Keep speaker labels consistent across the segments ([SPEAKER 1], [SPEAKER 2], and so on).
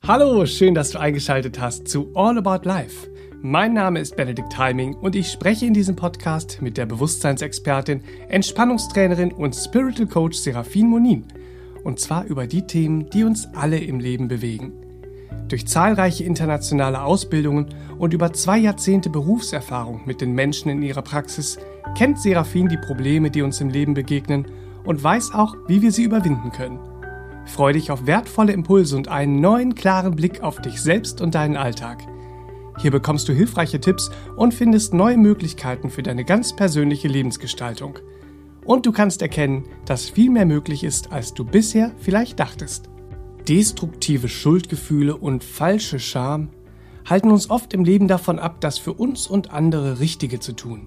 [SPEAKER 1] Hallo, schön, dass du eingeschaltet hast zu All About Life. Mein Name ist Benedikt Heiming und ich spreche in diesem Podcast mit der Bewusstseinsexpertin, Entspannungstrainerin und Spiritual Coach Serafin Monin. Und zwar über die Themen, die uns alle im Leben bewegen. Durch zahlreiche internationale Ausbildungen und über 2 Jahrzehnte Berufserfahrung mit den Menschen in ihrer Praxis kennt Serafin die Probleme, die uns im Leben begegnen und weiß auch, wie wir sie überwinden können. Freu dich auf wertvolle Impulse und einen neuen, klaren Blick auf dich selbst und deinen Alltag. Hier bekommst du hilfreiche Tipps und findest neue Möglichkeiten für deine ganz persönliche Lebensgestaltung. Und du kannst erkennen, dass viel mehr möglich ist, als du bisher vielleicht dachtest. Destruktive Schuldgefühle und falsche Scham halten uns oft im Leben davon ab, das für uns und andere Richtige zu tun.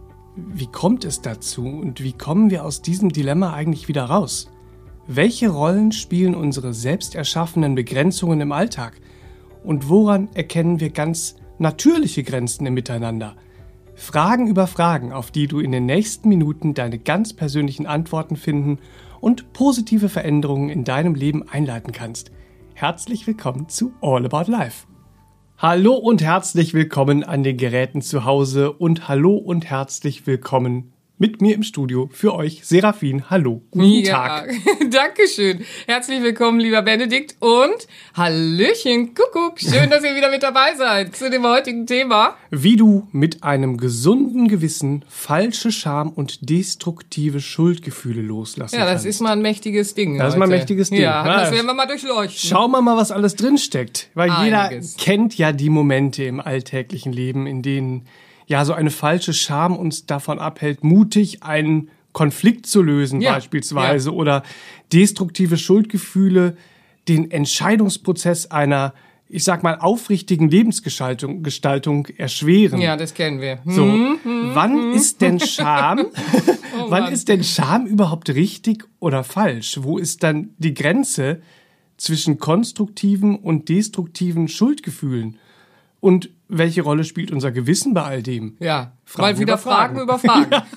[SPEAKER 1] Wie kommt es dazu und wie kommen wir aus diesem Dilemma eigentlich wieder raus? Welche Rollen spielen unsere selbst erschaffenen Begrenzungen im Alltag? Und woran erkennen wir ganz natürliche Grenzen im Miteinander? Fragen über Fragen, auf die du in den nächsten Minuten deine ganz persönlichen Antworten finden und positive Veränderungen in deinem Leben einleiten kannst. Herzlich willkommen zu All About Life. Hallo und herzlich willkommen an den Geräten zu Hause und hallo und herzlich willkommen mit mir im Studio für euch, Serafin. Hallo, guten Tag.
[SPEAKER 2] Dankeschön. Herzlich willkommen, lieber Benedikt und Hallöchen, Kuckuck. Schön, dass ihr wieder mit dabei seid zu dem heutigen Thema.
[SPEAKER 1] Wie du mit einem gesunden Gewissen falsche Scham und destruktive Schuldgefühle loslassen kannst.
[SPEAKER 2] Ja, das ist mal ein mächtiges Ding.
[SPEAKER 1] Das ist mal ein mächtiges Ding.
[SPEAKER 2] Ja, das werden wir mal durchleuchten.
[SPEAKER 1] Schauen wir mal, was alles drinsteckt. Weil
[SPEAKER 2] Einiges.
[SPEAKER 1] Jeder kennt ja die Momente im alltäglichen Leben, in denen ja so eine falsche Scham uns davon abhält, mutig einen Konflikt zu lösen beispielsweise oder destruktive Schuldgefühle den Entscheidungsprozess einer, ich sag mal, aufrichtigen Lebensgestaltung erschweren.
[SPEAKER 2] Ja, das kennen wir.
[SPEAKER 1] So, wann ist denn Scham? Wann ist denn Scham überhaupt richtig oder falsch? Wo ist dann die Grenze zwischen konstruktiven und destruktiven Schuldgefühlen? Und welche Rolle spielt unser Gewissen bei all dem?
[SPEAKER 2] Ja, mal wieder Fragen über Fragen. Ja.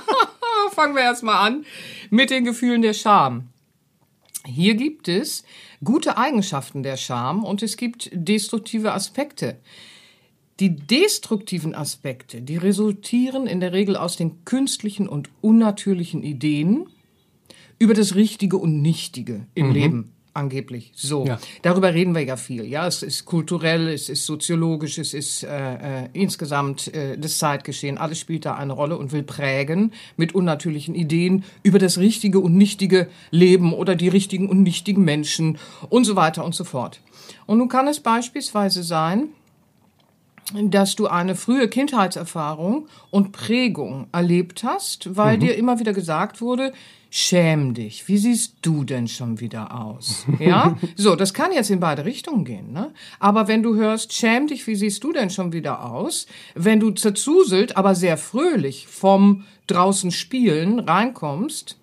[SPEAKER 2] Fangen wir erstmal an mit den Gefühlen der Scham. Hier gibt es gute Eigenschaften der Scham und es gibt destruktive Aspekte. Die destruktiven Aspekte, die resultieren in der Regel aus den künstlichen und unnatürlichen Ideen über das Richtige und Nichtige im Leben. Angeblich. So. Ja. Darüber reden wir ja viel. Ja, es ist kulturell, es ist soziologisch, es ist insgesamt das Zeitgeschehen. Alles spielt da eine Rolle und will prägen mit unnatürlichen Ideen über das richtige und nichtige Leben oder die richtigen und nichtigen Menschen und so weiter und so fort. Und nun kann es beispielsweise sein, dass du eine frühe Kindheitserfahrung und Prägung erlebt hast, weil dir immer wieder gesagt wurde, schäm dich, wie siehst du denn schon wieder aus? Ja, so, das kann jetzt in beide Richtungen gehen, ne? Aber wenn du hörst, schäm dich, wie siehst du denn schon wieder aus? Wenn du zerzuselt, aber sehr fröhlich vom draußen Spielen reinkommst,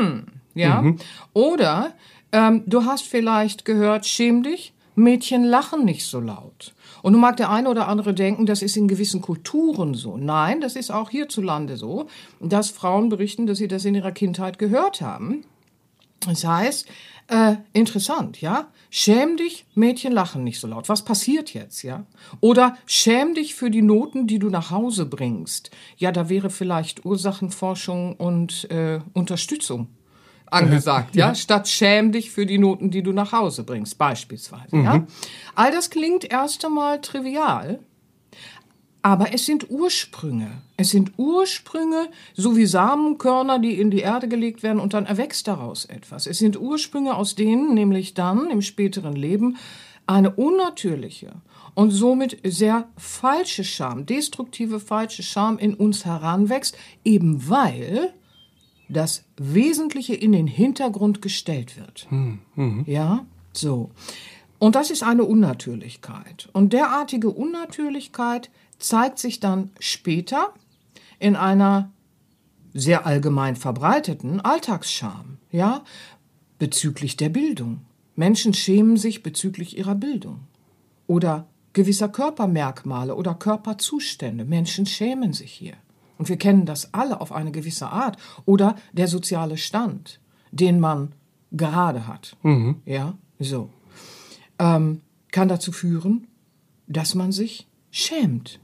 [SPEAKER 2] Oder du hast vielleicht gehört, schäm dich, Mädchen lachen nicht so laut. Und nun mag der eine oder andere denken, das ist in gewissen Kulturen so. Nein, das ist auch hierzulande so, dass Frauen berichten, dass sie das in ihrer Kindheit gehört haben. Das heißt, interessant, ja? Schäm dich, Mädchen lachen nicht so laut. Was passiert jetzt, ja? Oder schäm dich für die Noten, die du nach Hause bringst. Ja, da wäre vielleicht Ursachenforschung und Unterstützung angesagt, ja, statt schäm dich für die Noten, die du nach Hause bringst, beispielsweise, ja. All das klingt erst einmal trivial, aber es sind Ursprünge. Es sind Ursprünge, so wie Samenkörner, die in die Erde gelegt werden und dann erwächst daraus etwas. Es sind Ursprünge, aus denen nämlich dann im späteren Leben eine unnatürliche und somit sehr falsche Scham, destruktive falsche Scham in uns heranwächst, eben weil das Wesentliche in den Hintergrund gestellt wird. Ja, so. Und das ist eine Unnatürlichkeit. Und derartige Unnatürlichkeit zeigt sich dann später in einer sehr allgemein verbreiteten Alltagsscham, ja, bezüglich der Bildung. Menschen schämen sich bezüglich ihrer Bildung oder gewisser Körpermerkmale oder Körperzustände. Menschen schämen sich hier. Und wir kennen das alle auf eine gewisse Art. Oder der soziale Stand, den man gerade hat. Ja, so. kann dazu führen, dass man sich schämt.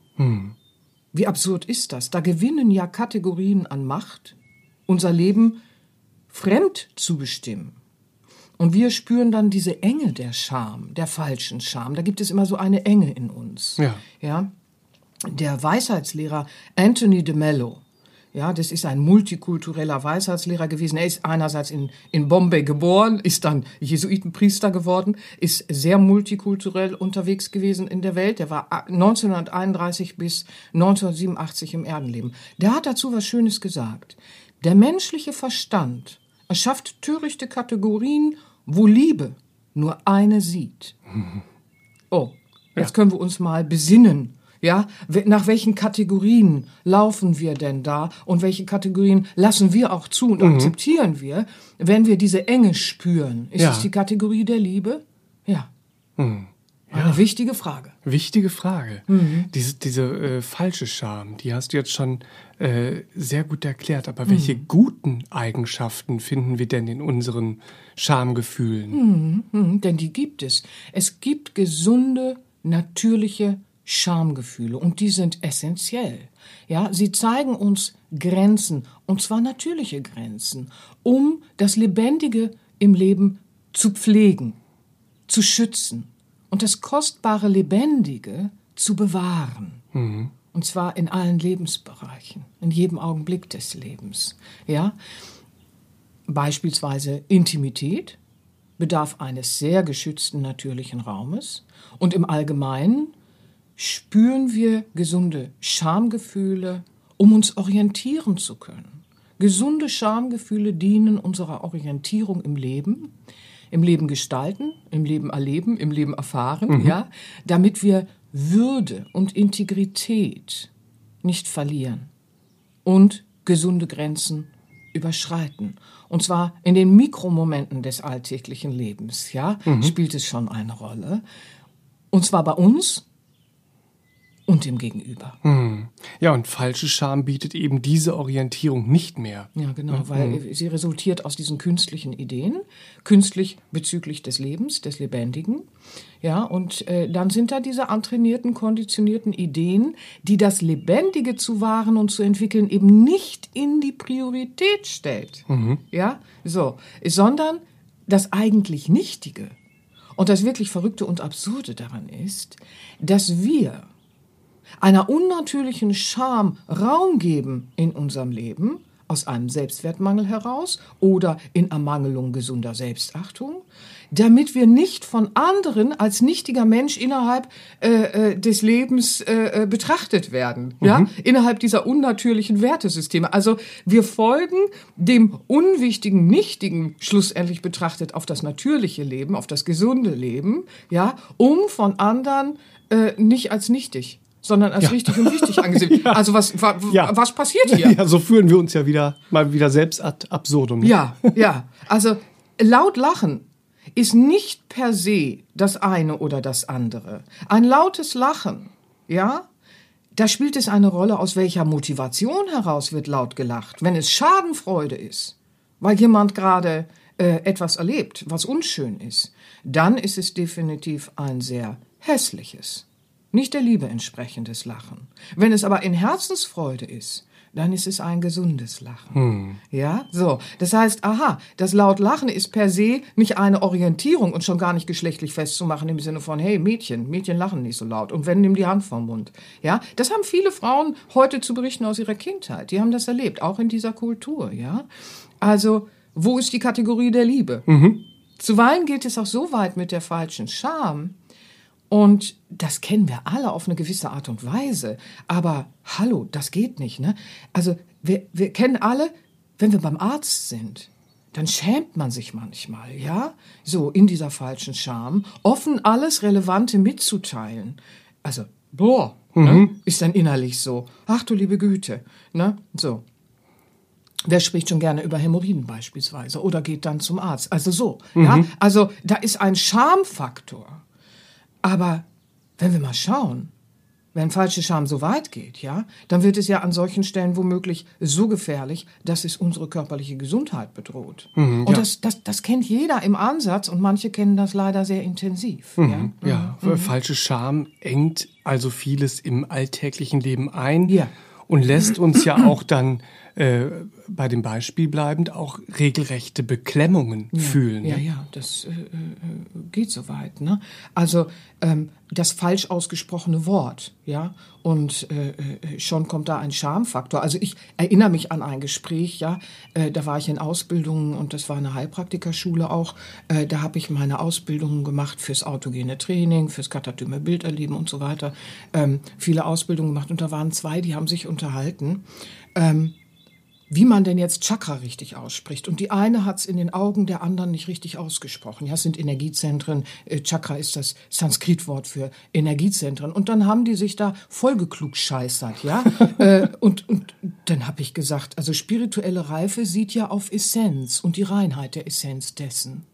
[SPEAKER 2] Wie absurd ist das? Da gewinnen ja Kategorien an Macht, unser Leben fremd zu bestimmen. Und wir spüren dann diese Enge der Scham, der falschen Scham. Da gibt es immer so eine Enge in uns. Ja? Der Weisheitslehrer Anthony de Mello, ja, das ist ein multikultureller Weisheitslehrer gewesen. Er ist einerseits in Bombay geboren, ist dann Jesuitenpriester geworden, ist sehr multikulturell unterwegs gewesen in der Welt. Er war 1931 bis 1987 im Erdenleben. Der hat dazu was Schönes gesagt. Der menschliche Verstand erschafft törichte Kategorien, wo Liebe nur eine sieht. Oh, jetzt können wir uns mal besinnen. Ja, nach welchen Kategorien laufen wir denn da und welche Kategorien lassen wir auch zu und akzeptieren wir, wenn wir diese Enge spüren? Ist es die Kategorie der Liebe? Ja. Eine wichtige Frage.
[SPEAKER 1] Wichtige Frage. Diese falsche Scham, die hast du jetzt schon sehr gut erklärt. Aber welche guten Eigenschaften finden wir denn in unseren Schamgefühlen?
[SPEAKER 2] Denn die gibt es. Es gibt gesunde, natürliche Schamgefühle und die sind essentiell. Ja, sie zeigen uns Grenzen, und zwar natürliche Grenzen, um das Lebendige im Leben zu pflegen, zu schützen und das kostbare Lebendige zu bewahren. Und zwar in allen Lebensbereichen, in jedem Augenblick des Lebens. Ja, beispielsweise Intimität bedarf eines sehr geschützten natürlichen Raumes und im Allgemeinen spüren wir gesunde Schamgefühle, um uns orientieren zu können. Gesunde Schamgefühle dienen unserer Orientierung im Leben gestalten, im Leben erleben, im Leben erfahren, ja, damit wir Würde und Integrität nicht verlieren und gesunde Grenzen überschreiten. Und zwar in den Mikromomenten des alltäglichen Lebens, ja, spielt es schon eine Rolle. Und zwar bei uns und dem Gegenüber.
[SPEAKER 1] Ja, und falsche Scham bietet eben diese Orientierung nicht mehr.
[SPEAKER 2] Ja, genau, weil sie resultiert aus diesen künstlichen Ideen, künstlich bezüglich des Lebens, des Lebendigen. Ja, und dann sind da diese antrainierten, konditionierten Ideen, die das Lebendige zu wahren und zu entwickeln eben nicht in die Priorität stellt. Ja, so, sondern das eigentlich Nichtige. Und das wirklich Verrückte und Absurde daran ist, dass wir einer unnatürlichen Scham Raum geben in unserem Leben, aus einem Selbstwertmangel heraus oder in Ermangelung gesunder Selbstachtung, damit wir nicht von anderen als nichtiger Mensch innerhalb des Lebens betrachtet werden, ja, innerhalb dieser unnatürlichen Wertesysteme. Also wir folgen dem unwichtigen, nichtigen, schlussendlich betrachtet auf das natürliche Leben, auf das gesunde Leben, ja, um von anderen nicht als nichtig, sondern als richtig und wichtig angesehen. Also was passiert hier?
[SPEAKER 1] Ja, so fühlen wir uns ja mal wieder selbst ad absurdum.
[SPEAKER 2] Ja. Also laut lachen ist nicht per se das eine oder das andere. Ein lautes Lachen, ja, da spielt es eine Rolle, aus welcher Motivation heraus wird laut gelacht. Wenn es Schadenfreude ist, weil jemand gerade etwas erlebt, was unschön ist, dann ist es definitiv ein sehr hässliches, nicht der Liebe entsprechendes Lachen. Wenn es aber in Herzensfreude ist, dann ist es ein gesundes Lachen. Ja, so. Das heißt, das laut Lachen ist per se nicht eine Orientierung und schon gar nicht geschlechtlich festzumachen im Sinne von, hey, Mädchen lachen nicht so laut und wenn, nimm die Hand vom Mund. Ja, das haben viele Frauen heute zu berichten aus ihrer Kindheit. Die haben das erlebt, auch in dieser Kultur, ja. Also, wo ist die Kategorie der Liebe? Zuweilen geht es auch so weit mit der falschen Scham, und das kennen wir alle auf eine gewisse Art und Weise. Aber hallo, das geht nicht, ne? Also wir kennen alle, wenn wir beim Arzt sind, dann schämt man sich manchmal, ja? So in dieser falschen Scham, offen alles Relevante mitzuteilen. Also, ne? Ist dann innerlich so. Ach du liebe Güte, ne? So. Wer spricht schon gerne über Hämorrhoiden beispielsweise oder geht dann zum Arzt? Also so, ja? Also da ist ein Schamfaktor. Aber wenn wir mal schauen, Wenn falsche Scham so weit geht, ja, dann wird es ja an solchen Stellen womöglich so gefährlich, dass es unsere körperliche Gesundheit bedroht. Und das kennt jeder im Ansatz und manche kennen das leider sehr intensiv.
[SPEAKER 1] Falsche Scham engt also vieles im alltäglichen Leben ein.
[SPEAKER 2] Ja.
[SPEAKER 1] Und lässt uns ja auch dann, bei dem Beispiel bleibend, auch regelrechte Beklemmungen fühlen.
[SPEAKER 2] Ja, das geht so weit. Ne? Also das falsch ausgesprochene Wort, ja, und schon kommt da ein Schamfaktor. Also ich erinnere mich an ein Gespräch, ja, da war ich in Ausbildung und das war eine Heilpraktikerschule auch. Da habe ich meine Ausbildungen gemacht fürs autogene Training, fürs katatyme Bilderleben und so weiter. Viele Ausbildungen gemacht und da waren 2, die haben sich unterhalten, wie man denn jetzt Chakra richtig ausspricht. Und die eine hat es in den Augen der anderen nicht richtig ausgesprochen. Ja, es sind Energiezentren. Chakra ist das Sanskritwort für Energiezentren. Und dann haben die sich da vollgeklugscheißert, ja. Und dann habe ich gesagt, also spirituelle Reife sieht ja auf Essenz und die Reinheit der Essenz dessen.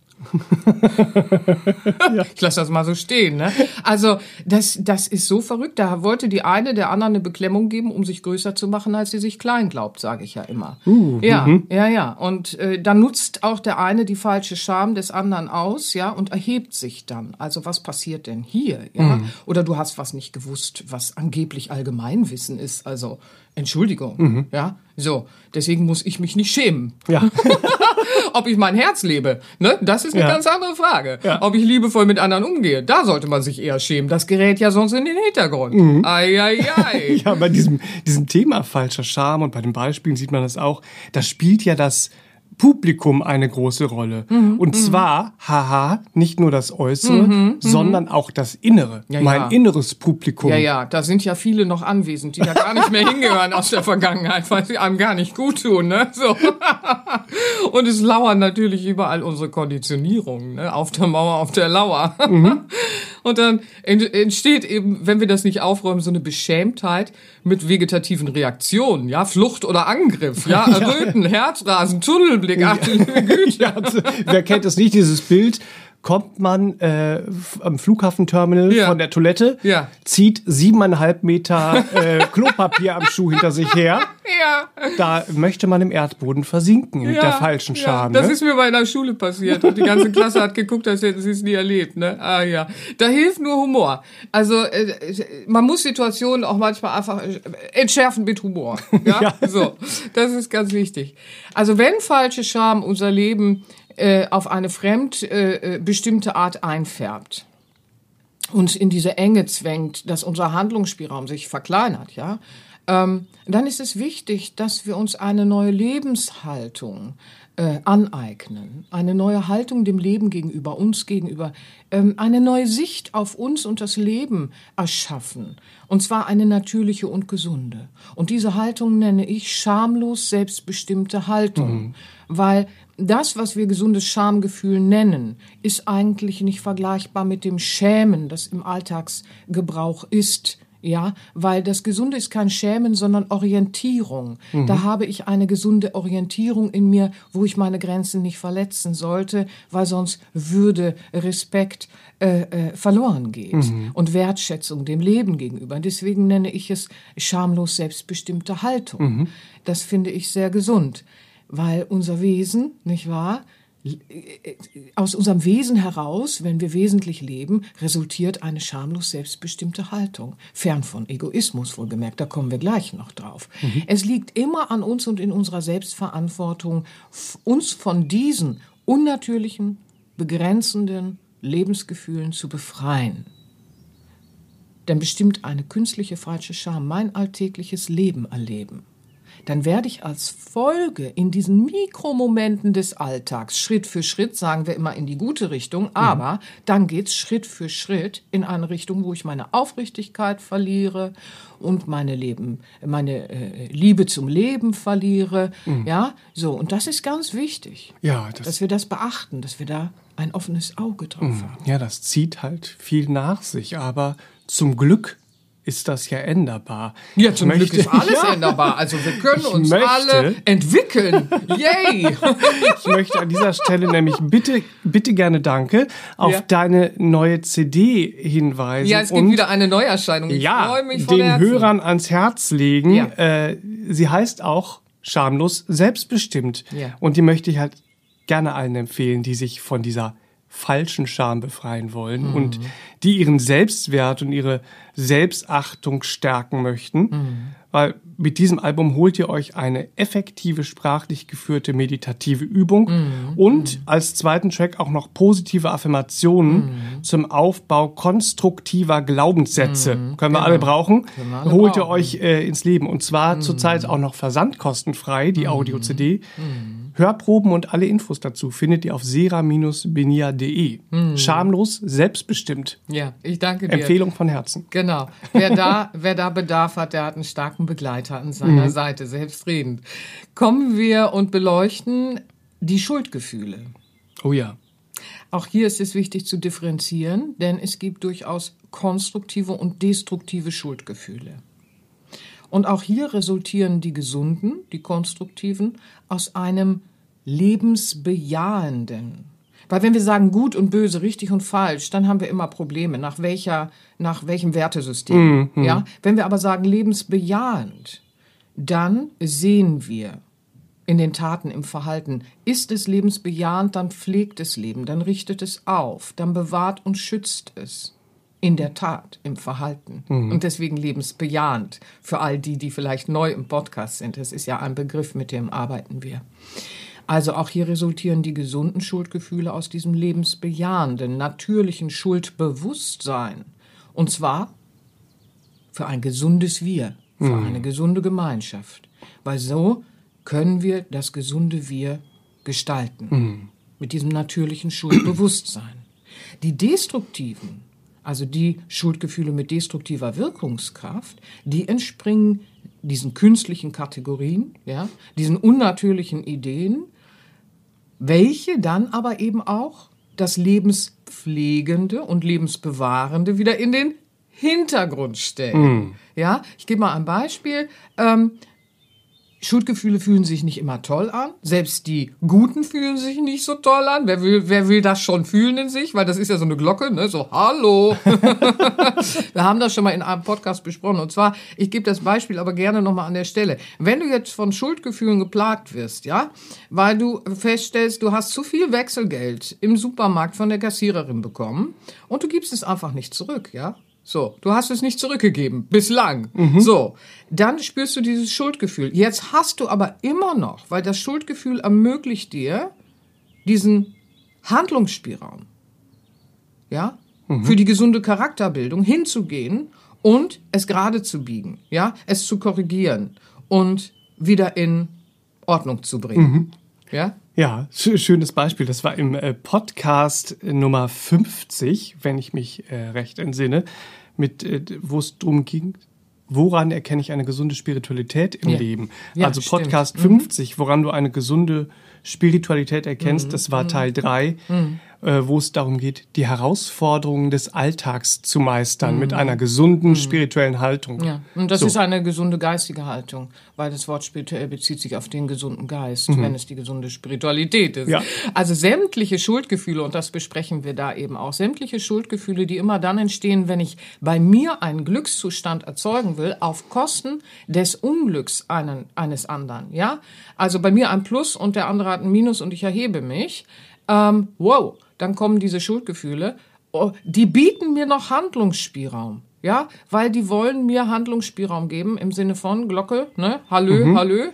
[SPEAKER 2] Ich lasse das mal so stehen, ne? Also das ist so verrückt. Da wollte die eine der anderen eine Beklemmung geben, um sich größer zu machen, als sie sich klein glaubt, sage ich ja immer. Ja. Und dann nutzt auch der eine die falsche Scham des anderen aus, ja, und erhebt sich dann. Also was passiert denn hier, ja? Oder du hast was nicht gewusst, was angeblich Allgemeinwissen ist. Also Entschuldigung, ja. So, deswegen muss ich mich nicht schämen.
[SPEAKER 1] Ja.
[SPEAKER 2] Ob ich mein Herz lebe, ne? Das ist eine ganz andere Frage.
[SPEAKER 1] Ja.
[SPEAKER 2] Ob ich liebevoll mit anderen umgehe, da sollte man sich eher schämen. Das gerät ja sonst in den Hintergrund. Ei.
[SPEAKER 1] Ja, bei diesem Thema falscher Scham und bei den Beispielen sieht man das auch, da spielt ja das Publikum eine große Rolle. Und zwar, nicht nur das Äußere, sondern auch das Innere. Mein inneres Publikum.
[SPEAKER 2] Ja, da sind ja viele noch anwesend, die da gar nicht mehr hingehören aus der Vergangenheit, weil sie einem gar nicht gut tun, ne? So. Und es lauern natürlich überall unsere Konditionierungen, ne? Auf der Mauer, auf der Lauer. Und dann entsteht eben, wenn wir das nicht aufräumen, so eine Beschämtheit mit vegetativen Reaktionen, ja, Flucht oder Angriff, ja, Erröten, Herzrasen, Tunnelblick, ach du liebe Güte.
[SPEAKER 1] Wer kennt es nicht, dieses Bild? Kommt man am Flughafenterminal von der Toilette, zieht 7,5 Meter Klopapier am Schuh hinter sich her. Ja. Da möchte man im Erdboden versinken mit der falschen Scham.
[SPEAKER 2] Das ist mir bei einer Schule passiert und die ganze Klasse hat geguckt, als hätten sie es nie erlebt. Ne? Ah ja, da hilft nur Humor. Also man muss Situationen auch manchmal einfach entschärfen mit Humor. Ja? So, das ist ganz wichtig. Also wenn falsche Scham unser Leben auf eine bestimmte Art einfärbt, uns in diese Enge zwängt, dass unser Handlungsspielraum sich verkleinert, ja, dann ist es wichtig, dass wir uns eine neue Lebenshaltung aneignen, eine neue Haltung dem Leben gegenüber, uns gegenüber, eine neue Sicht auf uns und das Leben erschaffen, und zwar eine natürliche und gesunde. Und diese Haltung nenne ich schamlos selbstbestimmte Haltung, weil das, was wir gesundes Schamgefühl nennen, ist eigentlich nicht vergleichbar mit dem Schämen, das im Alltagsgebrauch ist. Ja, weil das Gesunde ist kein Schämen, sondern Orientierung. Da habe ich eine gesunde Orientierung in mir, wo ich meine Grenzen nicht verletzen sollte, weil sonst würde Respekt verloren geht und Wertschätzung dem Leben gegenüber. Deswegen nenne ich es schamlos selbstbestimmte Haltung. Das finde ich sehr gesund, weil unser Wesen, nicht wahr? Aus unserem Wesen heraus, wenn wir wesentlich leben, resultiert eine schamlos selbstbestimmte Haltung. Fern von Egoismus, wohlgemerkt, da kommen wir gleich noch drauf. Es liegt immer an uns und in unserer Selbstverantwortung, uns von diesen unnatürlichen, begrenzenden Lebensgefühlen zu befreien. Denn bestimmt eine künstliche falsche Scham mein alltägliches Leben erleben, dann werde ich als Folge in diesen Mikromomenten des Alltags Schritt für Schritt, sagen wir immer in die gute Richtung, aber dann geht's Schritt für Schritt in eine Richtung, wo ich meine Aufrichtigkeit verliere und meine Liebe zum Leben verliere. Ja, so. Und das ist ganz wichtig, dass wir das beachten, dass wir da ein offenes Auge drauf haben.
[SPEAKER 1] Ja, das zieht halt viel nach sich, aber zum Glück ist das ja änderbar.
[SPEAKER 2] Ja, zum Glück ist alles änderbar. Also wir können uns alle entwickeln. Yay!
[SPEAKER 1] Ich möchte an dieser Stelle nämlich bitte gerne Danke auf deine neue CD hinweisen.
[SPEAKER 2] Ja, es gibt wieder eine Neuerscheinung. Ich freue mich von Herzen.
[SPEAKER 1] Den Hörern ans Herz legen. Ja. Sie heißt auch Schamlos selbstbestimmt. Ja. Und die möchte ich halt gerne allen empfehlen, die sich von dieser falschen Scham befreien wollen und die ihren Selbstwert und ihre Selbstachtung stärken möchten. Weil mit diesem Album holt ihr euch eine effektive, sprachlich geführte meditative Übung und als zweiten Track auch noch positive Affirmationen zum Aufbau konstruktiver Glaubenssätze. Können wir alle brauchen. Holt ihr euch ins Leben. Und zwar zurzeit auch noch versandkostenfrei, die Audio-CD. Hörproben und alle Infos dazu findet ihr auf sera-benia.de. Schamlos, selbstbestimmt.
[SPEAKER 2] Ja, ich danke dir.
[SPEAKER 1] Empfehlung von Herzen.
[SPEAKER 2] Genau. Wer da Bedarf hat, der hat einen starken Begleiter an seiner Seite, selbstredend. Kommen wir und beleuchten die Schuldgefühle.
[SPEAKER 1] Oh ja.
[SPEAKER 2] Auch hier ist es wichtig zu differenzieren, denn es gibt durchaus konstruktive und destruktive Schuldgefühle. Und auch hier resultieren die gesunden, die konstruktiven, aus einem lebensbejahenden. Weil wenn wir sagen gut und böse, richtig und falsch, dann haben wir immer Probleme. Nach welchem Wertesystem? Ja? Wenn wir aber sagen lebensbejahend, dann sehen wir in den Taten, im Verhalten, ist es lebensbejahend, dann pflegt es Leben, dann richtet es auf, dann bewahrt und schützt es. In der Tat, im Verhalten. Und deswegen lebensbejahend. Für all die vielleicht neu im Podcast sind. Das ist ja ein Begriff, mit dem arbeiten wir. Also auch hier resultieren die gesunden Schuldgefühle aus diesem lebensbejahenden, natürlichen Schuldbewusstsein. Und zwar für ein gesundes Wir, für eine gesunde Gemeinschaft. Weil so können wir das gesunde Wir gestalten. Mit diesem natürlichen Schuldbewusstsein. Die destruktiven, also die Schuldgefühle mit destruktiver Wirkungskraft, die entspringen diesen künstlichen Kategorien, ja, diesen unnatürlichen Ideen, welche dann aber eben auch das Lebenspflegende und Lebensbewahrende wieder in den Hintergrund stellen. Ja, ich gebe mal ein Beispiel. Schuldgefühle fühlen sich nicht immer toll an. Selbst die Guten fühlen sich nicht so toll an. Wer will das schon fühlen in sich? Weil das ist ja so eine Glocke, ne? So, hallo. Wir haben das schon mal in einem Podcast besprochen. Und zwar, ich gebe das Beispiel aber gerne nochmal an der Stelle. Wenn du jetzt von Schuldgefühlen geplagt wirst, ja, weil du feststellst, du hast zu viel Wechselgeld im Supermarkt von der Kassiererin bekommen und du gibst es einfach nicht zurück, ja? So, du hast es nicht zurückgegeben, bislang. So, dann spürst du dieses Schuldgefühl. Jetzt hast du aber immer noch, weil das Schuldgefühl ermöglicht dir diesen Handlungsspielraum, ja, für die gesunde Charakterbildung hinzugehen und es gerade zu biegen, ja, es zu korrigieren und wieder in Ordnung zu bringen, ja.
[SPEAKER 1] Ja, schönes Beispiel. Das war im Podcast Nummer 50, wenn ich mich recht entsinne, wo es darum ging, woran erkenne ich eine gesunde Spiritualität im Leben? Ja, also Podcast 50, woran du eine gesunde Spiritualität erkennst, das war Teil 3, wo es darum geht, die Herausforderungen des Alltags zu meistern mit einer gesunden spirituellen Haltung.
[SPEAKER 2] Ja, und das ist eine gesunde geistige Haltung, weil das Wort spirituell bezieht sich auf den gesunden Geist, wenn es die gesunde Spiritualität ist. Ja. Also sämtliche Schuldgefühle, und das besprechen wir da eben auch, sämtliche Schuldgefühle, die immer dann entstehen, wenn ich bei mir einen Glückszustand erzeugen will, auf Kosten des Unglücks eines anderen. Ja? Also bei mir ein Plus und der andere hat ein Minus und ich erhebe mich. Wow, dann kommen diese Schuldgefühle, die bieten mir noch Handlungsspielraum, ja, weil die wollen mir Handlungsspielraum geben im Sinne von Glocke, ne, hallö,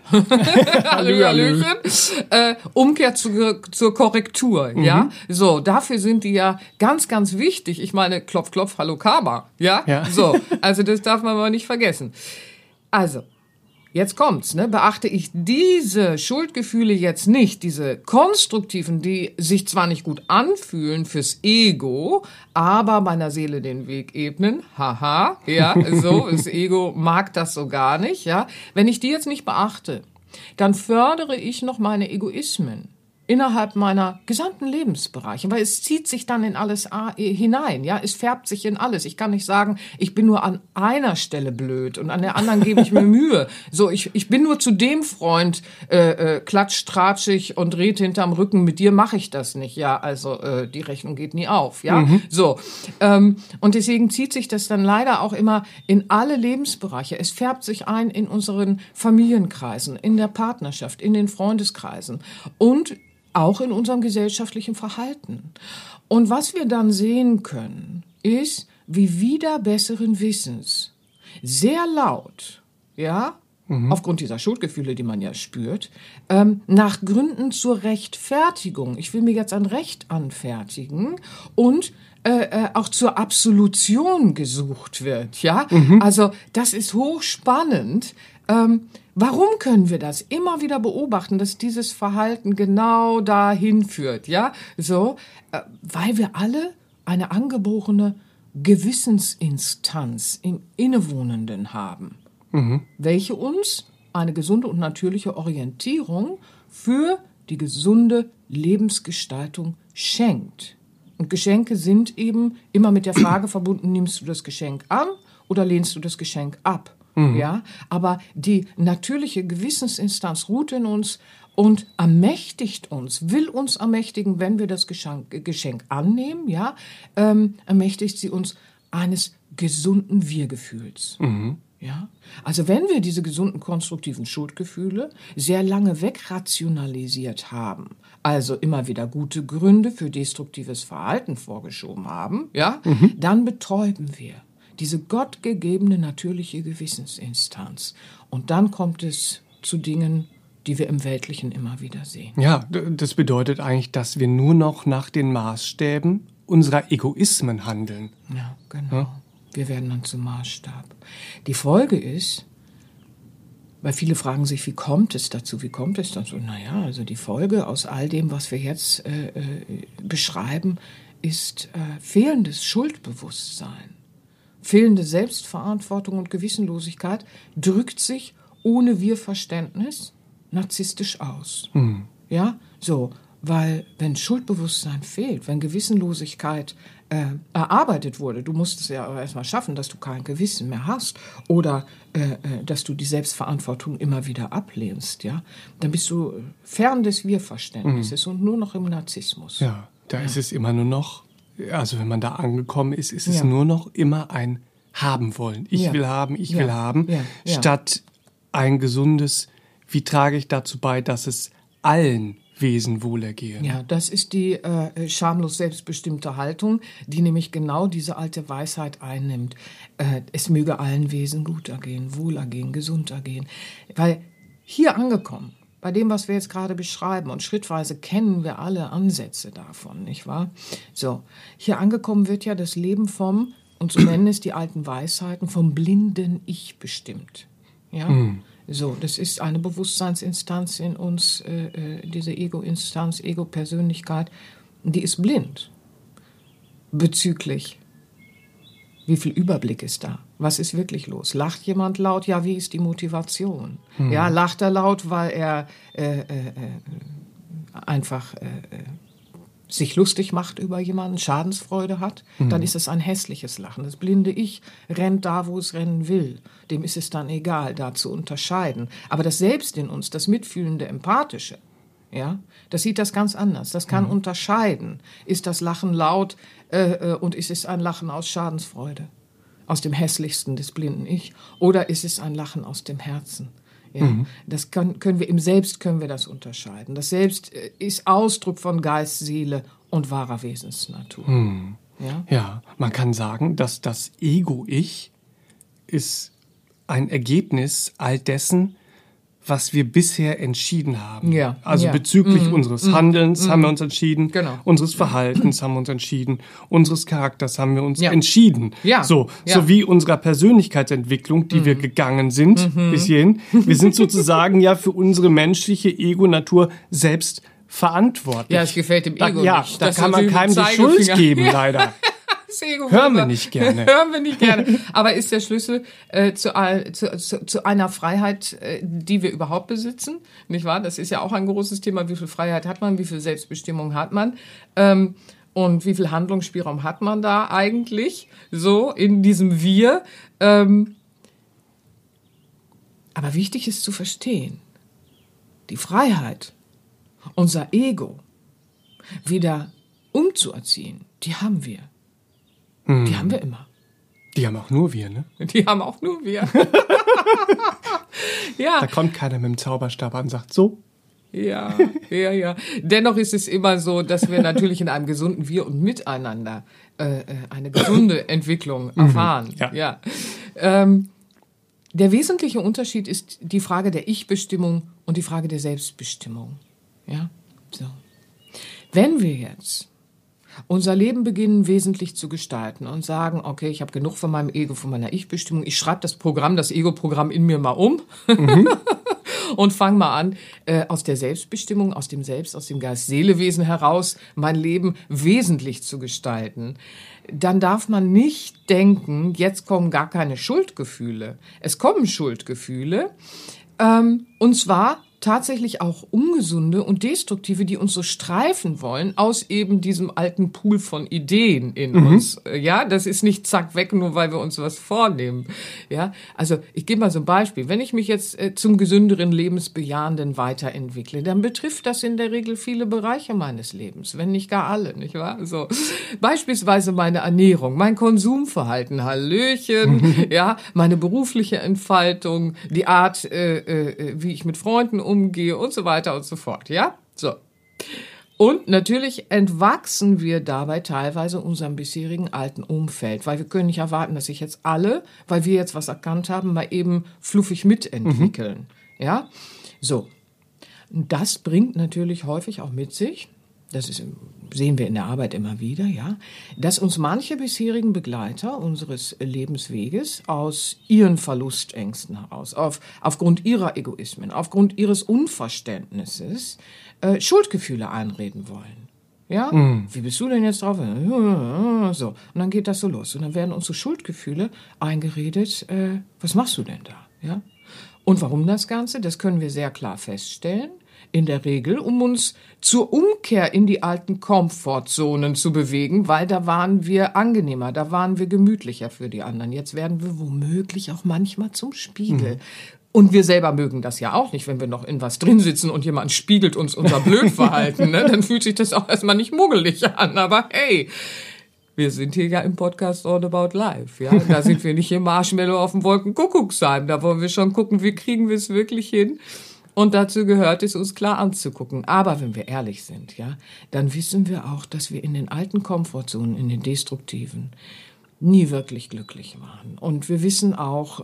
[SPEAKER 2] hallöchen, Umkehr zur Korrektur, ja, so, dafür sind die ja ganz, ganz wichtig. Ich meine, klopf, klopf, hallo Karma, ja, so, also das darf man mal nicht vergessen. Also, jetzt kommt's, ne? Beachte ich diese Schuldgefühle jetzt nicht, diese konstruktiven, die sich zwar nicht gut anfühlen fürs Ego, aber meiner Seele den Weg ebnen, haha, ja, so, das Ego mag das so gar nicht, ja. Wenn ich die jetzt nicht beachte, dann fördere ich noch meine Egoismen, innerhalb meiner gesamten Lebensbereiche, weil es zieht sich dann in alles hinein, ja, es färbt sich in alles. Ich kann nicht sagen, ich bin nur an einer Stelle blöd und an der anderen gebe ich mir Mühe. So, ich bin nur zu dem Freund klatsch-tratschig und red hinterm Rücken, mit dir mache ich das nicht, ja, also die Rechnung geht nie auf, ja, so. Und deswegen zieht sich das dann leider auch immer in alle Lebensbereiche. Es färbt sich ein in unseren Familienkreisen, in der Partnerschaft, in den Freundeskreisen und auch in unserem gesellschaftlichen Verhalten. Und was wir dann sehen können, ist, wie wider besseren Wissens sehr laut, ja, aufgrund dieser Schuldgefühle, die man ja spürt, nach Gründen zur Rechtfertigung, ich will mir jetzt ein Recht anfertigen und auch zur Absolution gesucht wird, ja. Also das ist hochspannend. Warum können wir das immer wieder beobachten, dass dieses Verhalten genau dahin führt, ja? So, weil wir alle eine angeborene Gewissensinstanz im Innewohnenden haben, welche uns eine gesunde und natürliche Orientierung für die gesunde Lebensgestaltung schenkt. Und Geschenke sind eben immer mit der Frage verbunden, nimmst du das Geschenk an oder lehnst du das Geschenk ab? Ja, aber die natürliche Gewissensinstanz ruht in uns und ermächtigt uns, will uns ermächtigen, wenn wir das Geschenk annehmen, ja, ermächtigt sie uns eines gesunden Wir-Gefühls. Ja, also wenn wir diese gesunden konstruktiven Schuldgefühle sehr lange wegrationalisiert haben, also immer wieder gute Gründe für destruktives Verhalten vorgeschoben haben, ja, dann betäuben wir diese gottgegebene natürliche Gewissensinstanz. Und dann kommt es zu Dingen, die wir im Weltlichen immer wieder sehen.
[SPEAKER 1] Ja, das bedeutet eigentlich, dass wir nur noch nach den Maßstäben unserer Egoismen handeln.
[SPEAKER 2] Ja, genau. Ja? Wir werden dann zum Maßstab. Die Folge ist, weil viele fragen sich, wie kommt es dazu? Wie kommt es dazu? Naja, also die Folge aus all dem, was wir jetzt beschreiben, ist fehlendes Schuldbewusstsein. Fehlende Selbstverantwortung und Gewissenlosigkeit drückt sich ohne Wir-Verständnis narzisstisch aus. Ja, so, weil wenn Schuldbewusstsein fehlt, wenn Gewissenlosigkeit erarbeitet wurde, du musst es ja erstmal schaffen, dass du kein Gewissen mehr hast oder dass du die Selbstverantwortung immer wieder ablehnst, ja, dann bist du fern des Wir-Verständnisses und nur noch im Narzissmus.
[SPEAKER 1] Ja, da ist es immer nur noch, also wenn man da angekommen ist, ist es nur noch immer ein Haben wollen. Ich will haben, ich will haben, statt ein gesundes, wie trage ich dazu bei, dass es allen Wesen wohlergehen.
[SPEAKER 2] Ja, das ist die schamlos selbstbestimmte Haltung, die nämlich genau diese alte Weisheit einnimmt. Es möge allen Wesen gut ergehen, wohlergehen, gesund ergehen. Weil hier angekommen, bei dem, was wir jetzt gerade beschreiben, und schrittweise kennen wir alle Ansätze davon, nicht wahr? So, hier angekommen wird ja das Leben vom, und so nennen es die alten Weisheiten, vom blinden Ich bestimmt. Ja? So, das ist eine Bewusstseinsinstanz in uns, diese Ego-Instanz, Ego-Persönlichkeit, die ist blind bezüglich, wie viel Überblick ist da? Was ist wirklich los? Lacht jemand laut? Ja, wie ist die Motivation? Ja, lacht er laut, weil er einfach sich lustig macht über jemanden, Schadensfreude hat? Dann ist es ein hässliches Lachen. Das blinde Ich rennt da, wo es rennen will. Dem ist es dann egal, da zu unterscheiden. Aber das Selbst in uns, das mitfühlende, empathische, ja, das sieht das ganz anders. Das kann unterscheiden. Ist das Lachen laut und ist es ein Lachen aus Schadensfreude, aus dem hässlichsten des blinden Ich, oder ist es ein Lachen aus dem Herzen? Ja, das können wir im Selbst können wir das unterscheiden. Das Selbst ist Ausdruck von Geist, Seele und wahrer Wesensnatur.
[SPEAKER 1] Ja, man kann sagen, dass das Ego-Ich ist ein Ergebnis all dessen, was wir bisher entschieden haben.
[SPEAKER 2] Ja,
[SPEAKER 1] also bezüglich unseres Handelns haben wir uns entschieden,
[SPEAKER 2] genau.
[SPEAKER 1] Unseres Verhaltens haben wir uns entschieden, unseres Charakters haben wir uns entschieden.
[SPEAKER 2] Ja.
[SPEAKER 1] So wie unserer Persönlichkeitsentwicklung, die wir gegangen sind bis hierhin. Wir sind sozusagen ja für unsere menschliche Ego-Natur selbst verantwortlich.
[SPEAKER 2] Ja, es gefällt dem Ego nicht.
[SPEAKER 1] Da kann man keinem die Schuld geben, leider.
[SPEAKER 2] Das Ego
[SPEAKER 1] Hören wir nicht gerne.
[SPEAKER 2] Hören wir nicht gerne. Aber ist der Schlüssel zu einer Freiheit, die wir überhaupt besitzen, nicht wahr? Das ist ja auch ein großes Thema. Wie viel Freiheit hat man? Wie viel Selbstbestimmung hat man? Und wie viel Handlungsspielraum hat man da eigentlich? So in diesem Wir. Aber wichtig ist zu verstehen, die Freiheit, unser Ego wieder umzuerziehen, die haben wir. Die haben wir immer.
[SPEAKER 1] Die haben auch nur wir, ne?
[SPEAKER 2] Die haben auch nur wir. Ja.
[SPEAKER 1] Da kommt keiner mit dem Zauberstab an und sagt, so.
[SPEAKER 2] Ja. Dennoch ist es immer so, dass wir natürlich in einem gesunden Wir und Miteinander eine gesunde Entwicklung erfahren. Ja. Der wesentliche Unterschied ist die Frage der Ich-Bestimmung und die Frage der Selbstbestimmung. Ja, so. Wenn wir jetzt unser Leben beginnen wesentlich zu gestalten und sagen, okay, ich habe genug von meinem Ego, von meiner Ich-Bestimmung, ich schreibe das Ego-Programm in mir mal um und fange mal an, aus der Selbstbestimmung, aus dem Selbst, aus dem Geist-Seele-Wesen heraus mein Leben wesentlich zu gestalten, dann darf man nicht denken, jetzt kommen gar keine Schuldgefühle. Es kommen Schuldgefühle, und zwar tatsächlich auch ungesunde und destruktive, die uns so streifen wollen aus eben diesem alten Pool von Ideen in uns. Ja, das ist nicht zack weg, nur weil wir uns was vornehmen. Ja, also ich gebe mal so ein Beispiel. Wenn ich mich jetzt zum gesünderen, lebensbejahenden weiterentwickle, dann betrifft das in der Regel viele Bereiche meines Lebens, wenn nicht gar alle, nicht wahr? So beispielsweise meine Ernährung, mein Konsumverhalten, Hallöchen, ja, meine berufliche Entfaltung, die Art, wie ich mit Freunden umgehe und so weiter und so fort, ja? So. Und natürlich entwachsen wir dabei teilweise unserem bisherigen alten Umfeld, weil wir können nicht erwarten, dass sich jetzt alle, weil wir jetzt was erkannt haben, mal eben fluffig mitentwickeln, ja? So. Das bringt natürlich häufig auch mit sich, sehen wir in der Arbeit immer wieder, ja, dass uns manche bisherigen Begleiter unseres Lebensweges aus ihren Verlustängsten heraus, aufgrund ihrer Egoismen, aufgrund ihres Unverständnisses, Schuldgefühle einreden wollen. Ja, Wie bist du denn jetzt drauf? So, und dann geht das so los. Und dann werden uns so Schuldgefühle eingeredet, was machst du denn da? Ja? Und warum das Ganze? Das können wir sehr klar feststellen. In der Regel, um uns zur Umkehr in die alten Komfortzonen zu bewegen, weil da waren wir angenehmer, da waren wir gemütlicher für die anderen. Jetzt werden wir womöglich auch manchmal zum Spiegel. Und wir selber mögen das ja auch nicht, wenn wir noch in was drin sitzen und jemand spiegelt uns unser Blödverhalten. Ne? Dann fühlt sich das auch erstmal nicht muggelig an. Aber hey, wir sind hier ja im Podcast All About Life. Ja? Da sind wir nicht im Marshmallow auf dem Wolkenkuckucksheim. Da wollen wir schon gucken, wie kriegen wir es wirklich hin. Und dazu gehört es, uns klar anzugucken. Aber wenn wir ehrlich sind, ja, dann wissen wir auch, dass wir in den alten Komfortzonen, in den destruktiven, nie wirklich glücklich waren. Und wir wissen auch,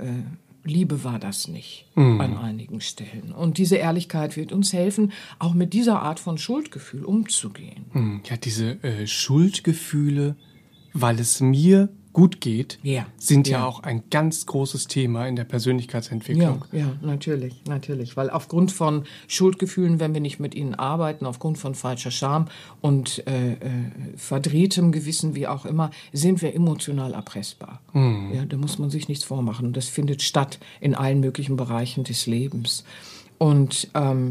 [SPEAKER 2] Liebe war das nicht an einigen Stellen. Und diese Ehrlichkeit wird uns helfen, auch mit dieser Art von Schuldgefühl umzugehen.
[SPEAKER 1] Ja, diese Schuldgefühle, weil es mir gut geht, sind ja auch ein ganz großes Thema in der Persönlichkeitsentwicklung.
[SPEAKER 2] Ja, natürlich. Weil aufgrund von Schuldgefühlen, wenn wir nicht mit ihnen arbeiten, aufgrund von falscher Scham und verdrehtem Gewissen, wie auch immer, sind wir emotional erpressbar. Ja, da muss man sich nichts vormachen. Das findet statt in allen möglichen Bereichen des Lebens. Und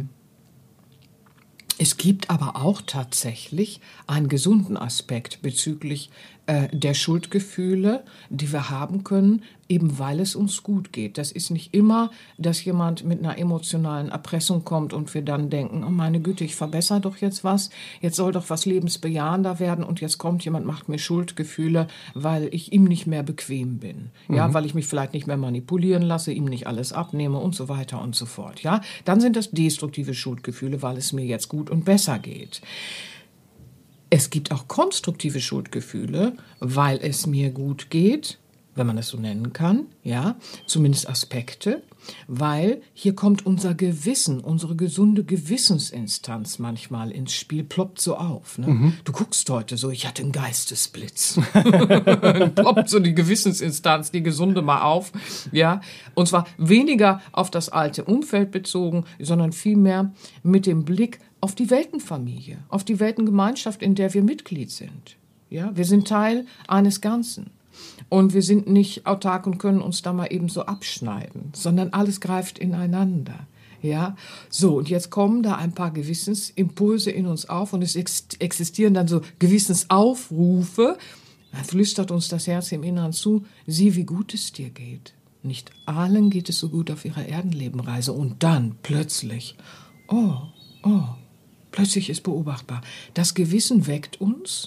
[SPEAKER 2] es gibt aber auch tatsächlich einen gesunden Aspekt bezüglich der Schuldgefühle, die wir haben können, eben weil es uns gut geht. Das ist nicht immer, dass jemand mit einer emotionalen Erpressung kommt und wir dann denken, oh meine Güte, ich verbessere doch jetzt was, jetzt soll doch was lebensbejahender werden und jetzt kommt jemand, macht mir Schuldgefühle, weil ich ihm nicht mehr bequem bin. Ja, weil ich mich vielleicht nicht mehr manipulieren lasse, ihm nicht alles abnehme und so weiter und so fort. Ja, dann sind das destruktive Schuldgefühle, weil es mir jetzt gut und besser geht. Es gibt auch konstruktive Schuldgefühle, weil es mir gut geht, wenn man das so nennen kann, ja, zumindest Aspekte, weil hier kommt unser Gewissen, unsere gesunde Gewissensinstanz manchmal ins Spiel, ploppt so auf. Ne? Du guckst heute so, ich hatte einen Geistesblitz. Ploppt so die Gewissensinstanz, die gesunde mal auf, ja, und zwar weniger auf das alte Umfeld bezogen, sondern vielmehr mit dem Blick auf die Weltenfamilie, auf die Weltengemeinschaft, in der wir Mitglied sind. Ja, wir sind Teil eines Ganzen. Und wir sind nicht autark und können uns da mal eben so abschneiden, sondern alles greift ineinander. Ja, so, und jetzt kommen da ein paar Gewissensimpulse in uns auf und es existieren dann so Gewissensaufrufe. Da flüstert uns das Herz im Inneren zu, sieh, wie gut es dir geht. Nicht allen geht es so gut auf ihrer Erdenlebenreise. Und dann plötzlich, plötzlich ist beobachtbar, das Gewissen weckt uns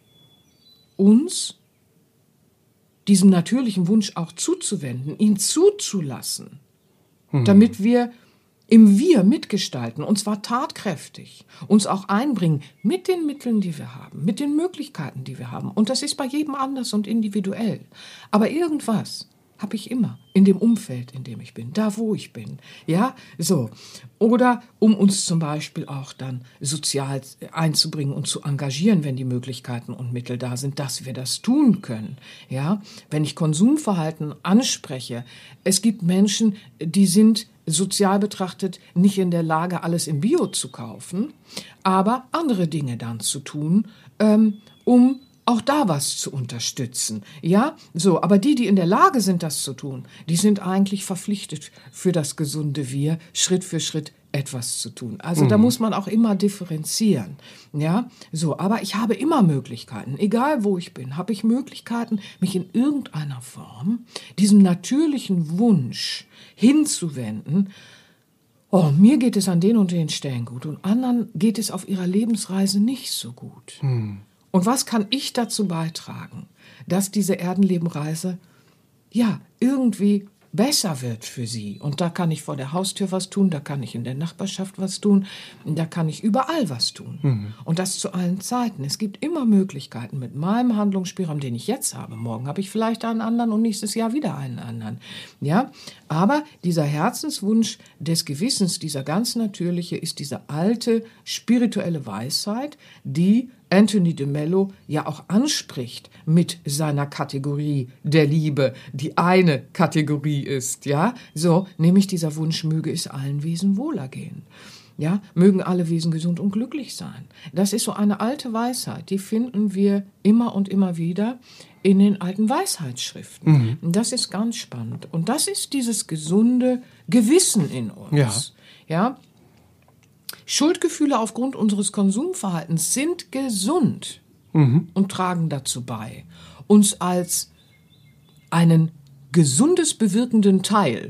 [SPEAKER 2] diesem natürlichen Wunsch auch zuzuwenden, ihn zuzulassen, damit wir im Wir mitgestalten, und zwar tatkräftig, uns auch einbringen mit den Mitteln, die wir haben, mit den Möglichkeiten, die wir haben. Und das ist bei jedem anders und individuell. Aber irgendwas habe ich immer in dem Umfeld, in dem ich bin, da, wo ich bin. Ja, so. Oder um uns zum Beispiel auch dann sozial einzubringen und zu engagieren, wenn die Möglichkeiten und Mittel da sind, dass wir das tun können. Ja, wenn ich Konsumverhalten anspreche, es gibt Menschen, die sind sozial betrachtet nicht in der Lage, alles im Bio zu kaufen, aber andere Dinge dann zu tun, um auch da was zu unterstützen. Ja, so, aber die in der Lage sind, das zu tun, die sind eigentlich verpflichtet, für das gesunde Wir Schritt für Schritt etwas zu tun. Also da muss man auch immer differenzieren. Ja, so, aber ich habe immer Möglichkeiten, egal wo ich bin, habe ich Möglichkeiten, mich in irgendeiner Form diesem natürlichen Wunsch hinzuwenden. Oh, mir geht es an den und den Stellen gut und anderen geht es auf ihrer Lebensreise nicht so gut. Und was kann ich dazu beitragen, dass diese Erdenlebenreise ja irgendwie besser wird für sie? Und da kann ich vor der Haustür was tun, da kann ich in der Nachbarschaft was tun, da kann ich überall was tun. Und das zu allen Zeiten. Es gibt immer Möglichkeiten mit meinem Handlungsspielraum, den ich jetzt habe. Morgen habe ich vielleicht einen anderen und nächstes Jahr wieder einen anderen. Ja, aber dieser Herzenswunsch des Gewissens, dieser ganz natürliche, ist diese alte spirituelle Weisheit, die Anthony de Mello ja auch anspricht mit seiner Kategorie der Liebe, die eine Kategorie ist, ja, so, nämlich dieser Wunsch, möge es allen Wesen wohlergehen. Ja, mögen alle Wesen gesund und glücklich sein. Das ist so eine alte Weisheit, die finden wir immer und immer wieder in den alten Weisheitsschriften. Das ist ganz spannend. Und das ist dieses gesunde Gewissen in uns. Ja. Schuldgefühle aufgrund unseres Konsumverhaltens sind gesund und tragen dazu bei, uns als einen gesundes bewirkenden Teil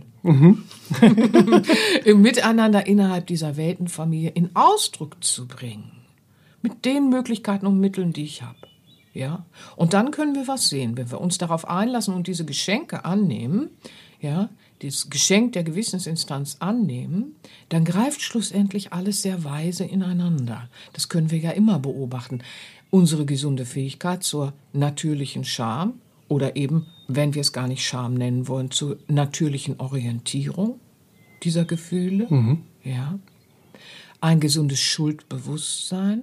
[SPEAKER 2] im Miteinander innerhalb dieser Weltenfamilie in Ausdruck zu bringen. Mit den Möglichkeiten und Mitteln, die ich habe. Ja? Und dann können wir was sehen, wenn wir uns darauf einlassen und diese Geschenke annehmen, ja, das Geschenk der Gewissensinstanz annehmen, dann greift schlussendlich alles sehr weise ineinander. Das können wir ja immer beobachten. Unsere gesunde Fähigkeit zur natürlichen Scham oder eben, wenn wir es gar nicht Scham nennen wollen, zur natürlichen Orientierung dieser Gefühle. Ja. Ein gesundes Schuldbewusstsein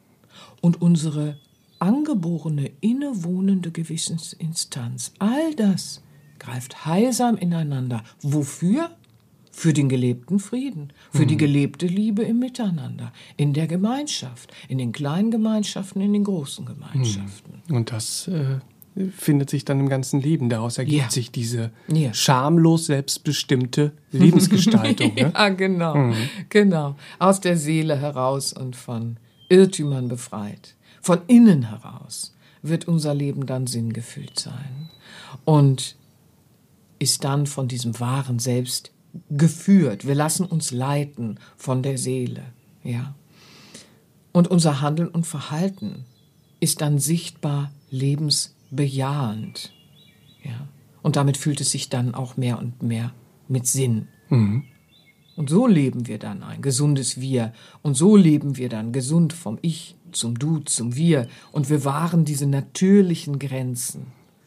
[SPEAKER 2] und unsere angeborene, innewohnende Gewissensinstanz. All das greift heilsam ineinander. Wofür? Für den gelebten Frieden, für die gelebte Liebe im Miteinander, in der Gemeinschaft, in den kleinen Gemeinschaften, in den großen Gemeinschaften.
[SPEAKER 1] Und das findet sich dann im ganzen Leben. Daraus ergibt sich diese schamlos selbstbestimmte Lebensgestaltung. Ne?
[SPEAKER 2] Ja, genau. Genau. Aus der Seele heraus und von Irrtümern befreit. Von innen heraus wird unser Leben dann sinngefüllt sein. Und ist dann von diesem wahren Selbst geführt. Wir lassen uns leiten von der Seele. Ja. Und unser Handeln und Verhalten ist dann sichtbar lebensbejahend. Ja. Und damit fühlt es sich dann auch mehr und mehr mit Sinn. Und so leben wir dann ein gesundes Wir. Und so leben wir dann gesund vom Ich zum Du, zum Wir. Und wir wahren diese natürlichen Grenzen.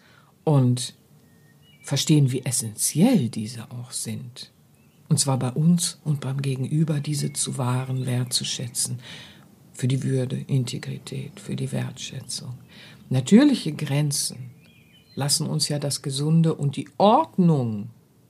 [SPEAKER 2] Und verstehen, wie essentiell diese auch sind. Und zwar bei uns und beim Gegenüber, diese zu wahren, wertzuschätzen. Für die Würde, Integrität, für die Wertschätzung. Natürliche Grenzen lassen uns ja das Gesunde und die Ordnung,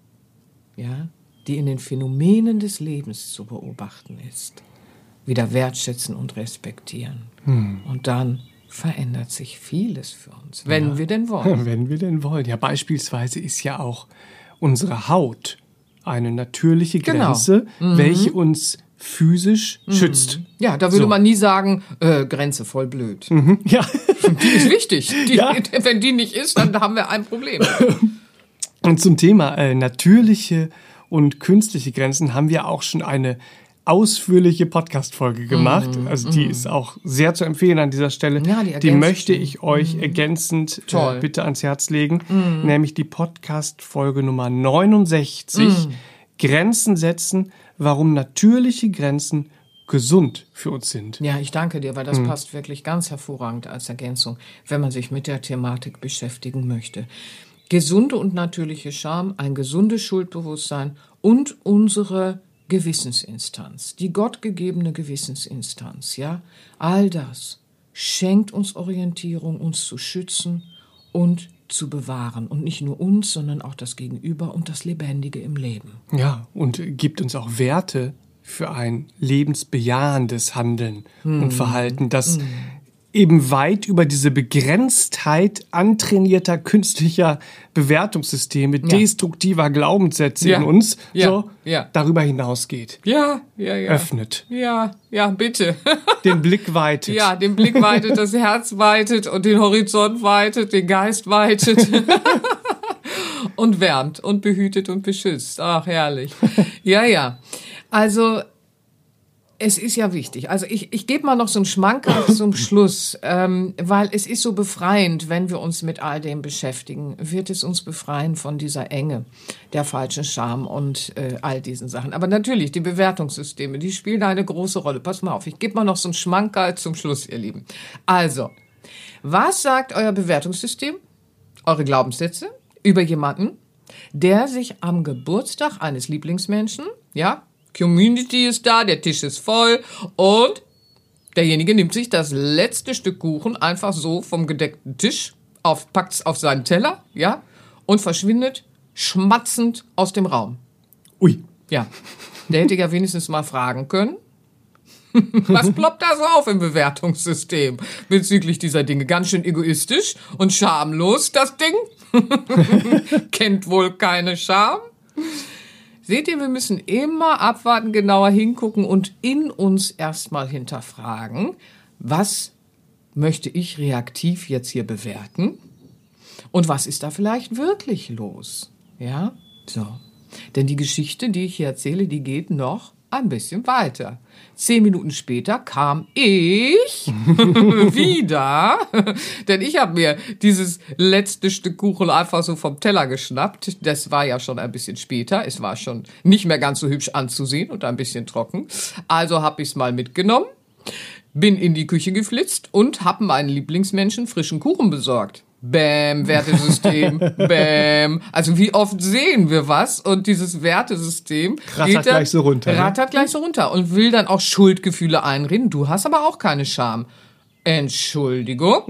[SPEAKER 2] ja, die in den Phänomenen des Lebens zu beobachten ist, wieder wertschätzen und respektieren. Und dann verändert sich vieles für uns, wenn wir denn wollen.
[SPEAKER 1] Wenn wir denn wollen. Ja, beispielsweise ist ja auch unsere Haut eine natürliche Grenze, welche uns physisch schützt.
[SPEAKER 2] Ja, da würde man nie sagen, Grenze voll blöd.
[SPEAKER 1] Ja.
[SPEAKER 2] Die ist wichtig. Wenn die nicht ist, dann haben wir ein Problem.
[SPEAKER 1] Und zum Thema natürliche und künstliche Grenzen haben wir auch schon eine ausführliche Podcast-Folge gemacht. Also die ist auch sehr zu empfehlen an dieser Stelle.
[SPEAKER 2] Ja,
[SPEAKER 1] die möchte ich euch ergänzend bitte ans Herz legen. Nämlich die Podcast-Folge Nummer 69. Grenzen setzen, warum natürliche Grenzen gesund für uns sind.
[SPEAKER 2] Ja, ich danke dir, weil das passt wirklich ganz hervorragend als Ergänzung, wenn man sich mit der Thematik beschäftigen möchte. Gesunde und natürliche Scham, ein gesundes Schuldbewusstsein und unsere Gewissensinstanz, die gottgegebene Gewissensinstanz, ja, all das schenkt uns Orientierung, uns zu schützen und zu bewahren. Und nicht nur uns, sondern auch das Gegenüber und das Lebendige im Leben.
[SPEAKER 1] Ja, und gibt uns auch Werte für ein lebensbejahendes Handeln und Verhalten, das eben weit über diese Begrenztheit antrainierter künstlicher Bewertungssysteme, destruktiver Glaubenssätze in uns darüber hinausgeht.
[SPEAKER 2] Ja.
[SPEAKER 1] Öffnet.
[SPEAKER 2] Ja, bitte.
[SPEAKER 1] Den Blick weitet.
[SPEAKER 2] Ja, den Blick weitet, das Herz weitet und den Horizont weitet, den Geist weitet. Und wärmt und behütet und beschützt. Ach, herrlich. Ja. Also, es ist ja wichtig. Also ich gebe mal noch so einen Schmankerl zum Schluss, weil es ist so befreiend, wenn wir uns mit all dem beschäftigen, wird es uns befreien von dieser Enge, der falschen Scham und all diesen Sachen. Aber natürlich, die Bewertungssysteme, die spielen eine große Rolle. Pass mal auf, ich gebe mal noch so einen Schmankerl zum Schluss, ihr Lieben. Also, was sagt euer Bewertungssystem, eure Glaubenssätze über jemanden, der sich am Geburtstag eines Lieblingsmenschen, Community ist da, der Tisch ist voll und derjenige nimmt sich das letzte Stück Kuchen einfach so vom gedeckten Tisch, packt's auf seinen Teller, und verschwindet schmatzend aus dem Raum.
[SPEAKER 1] Ui.
[SPEAKER 2] Ja, der hätte ja wenigstens mal fragen können. Was ploppt da so auf im Bewertungssystem bezüglich dieser Dinge? Ganz schön egoistisch und schamlos, das Ding. Kennt wohl keine Scham. Seht ihr, wir müssen immer abwarten, genauer hingucken und in uns erstmal hinterfragen, was möchte ich reaktiv jetzt hier bewerten und was ist da vielleicht wirklich los? Ja, so. Denn die Geschichte, die ich hier erzähle, die geht noch ein bisschen weiter. 10 Minuten später kam ich wieder, denn ich habe mir dieses letzte Stück Kuchen einfach so vom Teller geschnappt. Das war ja schon ein bisschen später. Es war schon nicht mehr ganz so hübsch anzusehen und ein bisschen trocken. Also habe ich es mal mitgenommen, bin in die Küche geflitzt und habe meinen Lieblingsmenschen frischen Kuchen besorgt. Bäm, Wertesystem, bäm. Also wie oft sehen wir was und dieses Wertesystem
[SPEAKER 1] rattert gleich so runter.
[SPEAKER 2] Rattert gleich so runter und will dann auch Schuldgefühle einreden. Du hast aber auch keine Scham. Entschuldigung.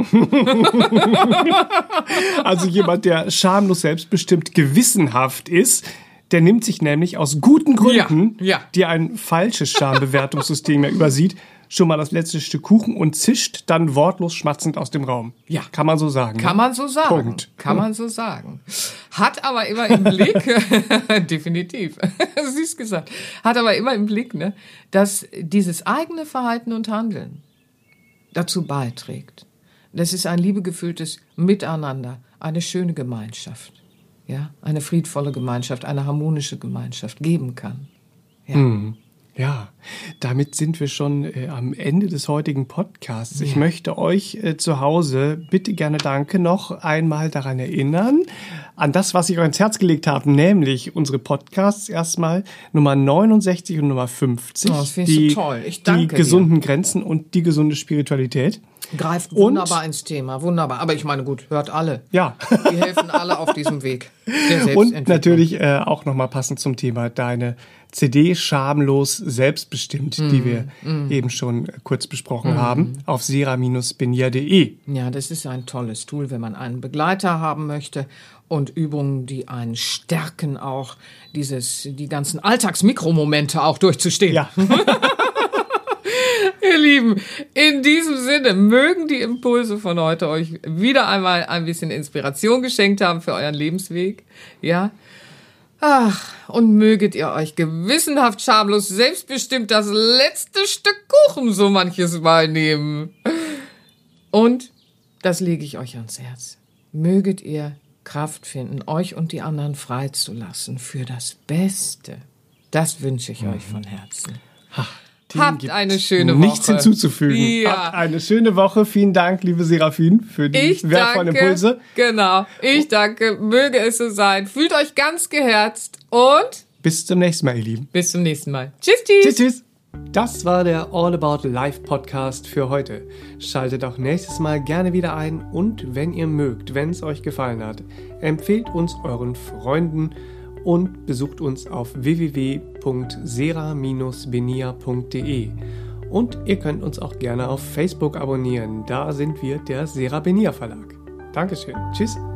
[SPEAKER 1] Also jemand, der schamlos selbstbestimmt gewissenhaft ist, der nimmt sich nämlich aus guten Gründen, die ein falsches Schambewertungssystem übersieht, schon mal das letzte Stück Kuchen und zischt dann wortlos schmatzend aus dem Raum.
[SPEAKER 2] Ja.
[SPEAKER 1] Kann man so sagen.
[SPEAKER 2] Kann man so sagen.
[SPEAKER 1] Punkt.
[SPEAKER 2] Kann man so sagen. Hat aber immer im Blick, definitiv, süß gesagt, hat aber immer im Blick, dass dieses eigene Verhalten und Handeln dazu beiträgt. Das ist ein liebegefülltes Miteinander, eine schöne Gemeinschaft, eine friedvolle Gemeinschaft, eine harmonische Gemeinschaft geben kann. Ja.
[SPEAKER 1] Ja, damit sind wir schon am Ende des heutigen Podcasts. Ich möchte euch zu Hause bitte gerne noch einmal daran erinnern, an das, was ich euch ins Herz gelegt habe, nämlich unsere Podcasts erstmal Nummer 69 und Nummer 50.
[SPEAKER 2] Oh, das findest du toll. Ich danke
[SPEAKER 1] dir. Die gesunden Grenzen und die gesunde Spiritualität.
[SPEAKER 2] Greift wunderbar ins Thema, wunderbar. Aber ich meine, gut, hört alle.
[SPEAKER 1] Ja.
[SPEAKER 2] Die helfen alle auf diesem Weg der Selbstentwicklung.
[SPEAKER 1] Und natürlich auch nochmal passend zum Thema deine CD Schamlos Selbstbestimmt, die wir eben schon kurz besprochen haben, auf sera-benia.de.
[SPEAKER 2] Ja, das ist ein tolles Tool, wenn man einen Begleiter haben möchte und Übungen, die einen stärken, auch die ganzen Alltagsmikromomente auch durchzustehen.
[SPEAKER 1] Ja.
[SPEAKER 2] Ihr Lieben, in diesem Sinne mögen die Impulse von heute euch wieder einmal ein bisschen Inspiration geschenkt haben für euren Lebensweg. Ja. Ach, und möget ihr euch gewissenhaft, schamlos, selbstbestimmt das letzte Stück Kuchen so manches Mal nehmen. Und das lege ich euch ans Herz. Möget ihr Kraft finden, euch und die anderen freizulassen für das Beste. Das wünsche ich euch von Herzen. Habt eine schöne Woche.
[SPEAKER 1] Nichts hinzuzufügen.
[SPEAKER 2] Ja.
[SPEAKER 1] Habt eine schöne Woche. Vielen Dank, liebe Serafin, für die wertvollen Impulse.
[SPEAKER 2] Genau. Ich danke. Möge es so sein. Fühlt euch ganz geherzt und
[SPEAKER 1] bis zum nächsten Mal, ihr Lieben.
[SPEAKER 2] Bis zum nächsten Mal. Tschüss, tschüss.
[SPEAKER 1] Tschüss, tschüss. Das war der All About Life Podcast für heute. Schaltet auch nächstes Mal gerne wieder ein und wenn ihr mögt, wenn es euch gefallen hat, empfehlt uns euren Freunden und besucht uns auf www.sera-benia.de. Und ihr könnt uns auch gerne auf Facebook abonnieren. Da sind wir der Sera Benia Verlag. Dankeschön. Tschüss.